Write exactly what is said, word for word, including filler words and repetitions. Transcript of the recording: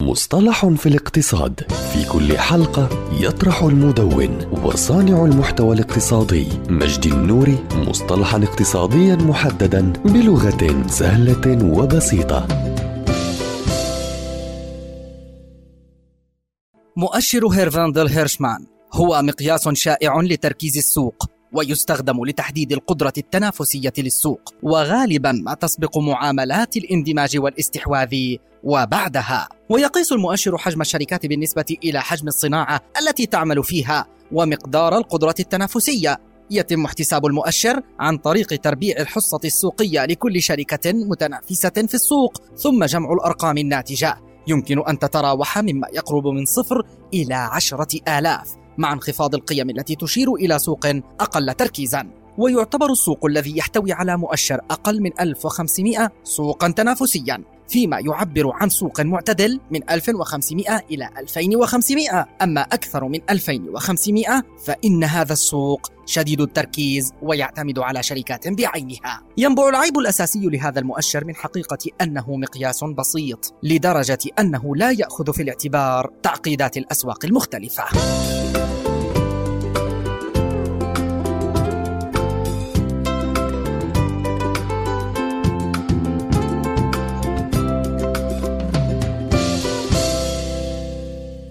مصطلح في الاقتصاد. في كل حلقة يطرح المدون وصانع المحتوى الاقتصادي مجدي النوري مصطلحا اقتصاديا محددا بلغة سهلة وبسيطة. مؤشر هيرفاندل هيرشمان هو مقياس شائع لتركيز السوق، ويستخدم لتحديد القدرة التنافسية للسوق، وغالبا ما تسبق معاملات الاندماج والاستحواذ وبعدها. ويقيس المؤشر حجم الشركات بالنسبة إلى حجم الصناعة التي تعمل فيها ومقدار القدرة التنافسية. يتم احتساب المؤشر عن طريق تربيع الحصة السوقية لكل شركة متنافسة في السوق، ثم جمع الأرقام الناتجة يمكن أن تتراوح مما يقرب من صفر إلى عشرة آلاف، مع انخفاض القيم التي تشير إلى سوق أقل تركيزاً. ويعتبر السوق الذي يحتوي على مؤشر أقل من ألف وخمسمائة سوقاً تنافسياً، فيما يعبر عن سوق معتدل من ألف وخمسمائة إلى ألفين وخمسمائة. أما أكثر من ألفين وخمسمائة فإن هذا السوق شديد التركيز ويعتمد على شركات بعينها. ينبع العيب الأساسي لهذا المؤشر من حقيقة أنه مقياس بسيط، لدرجة أنه لا يأخذ في الاعتبار تعقيدات الأسواق المختلفة.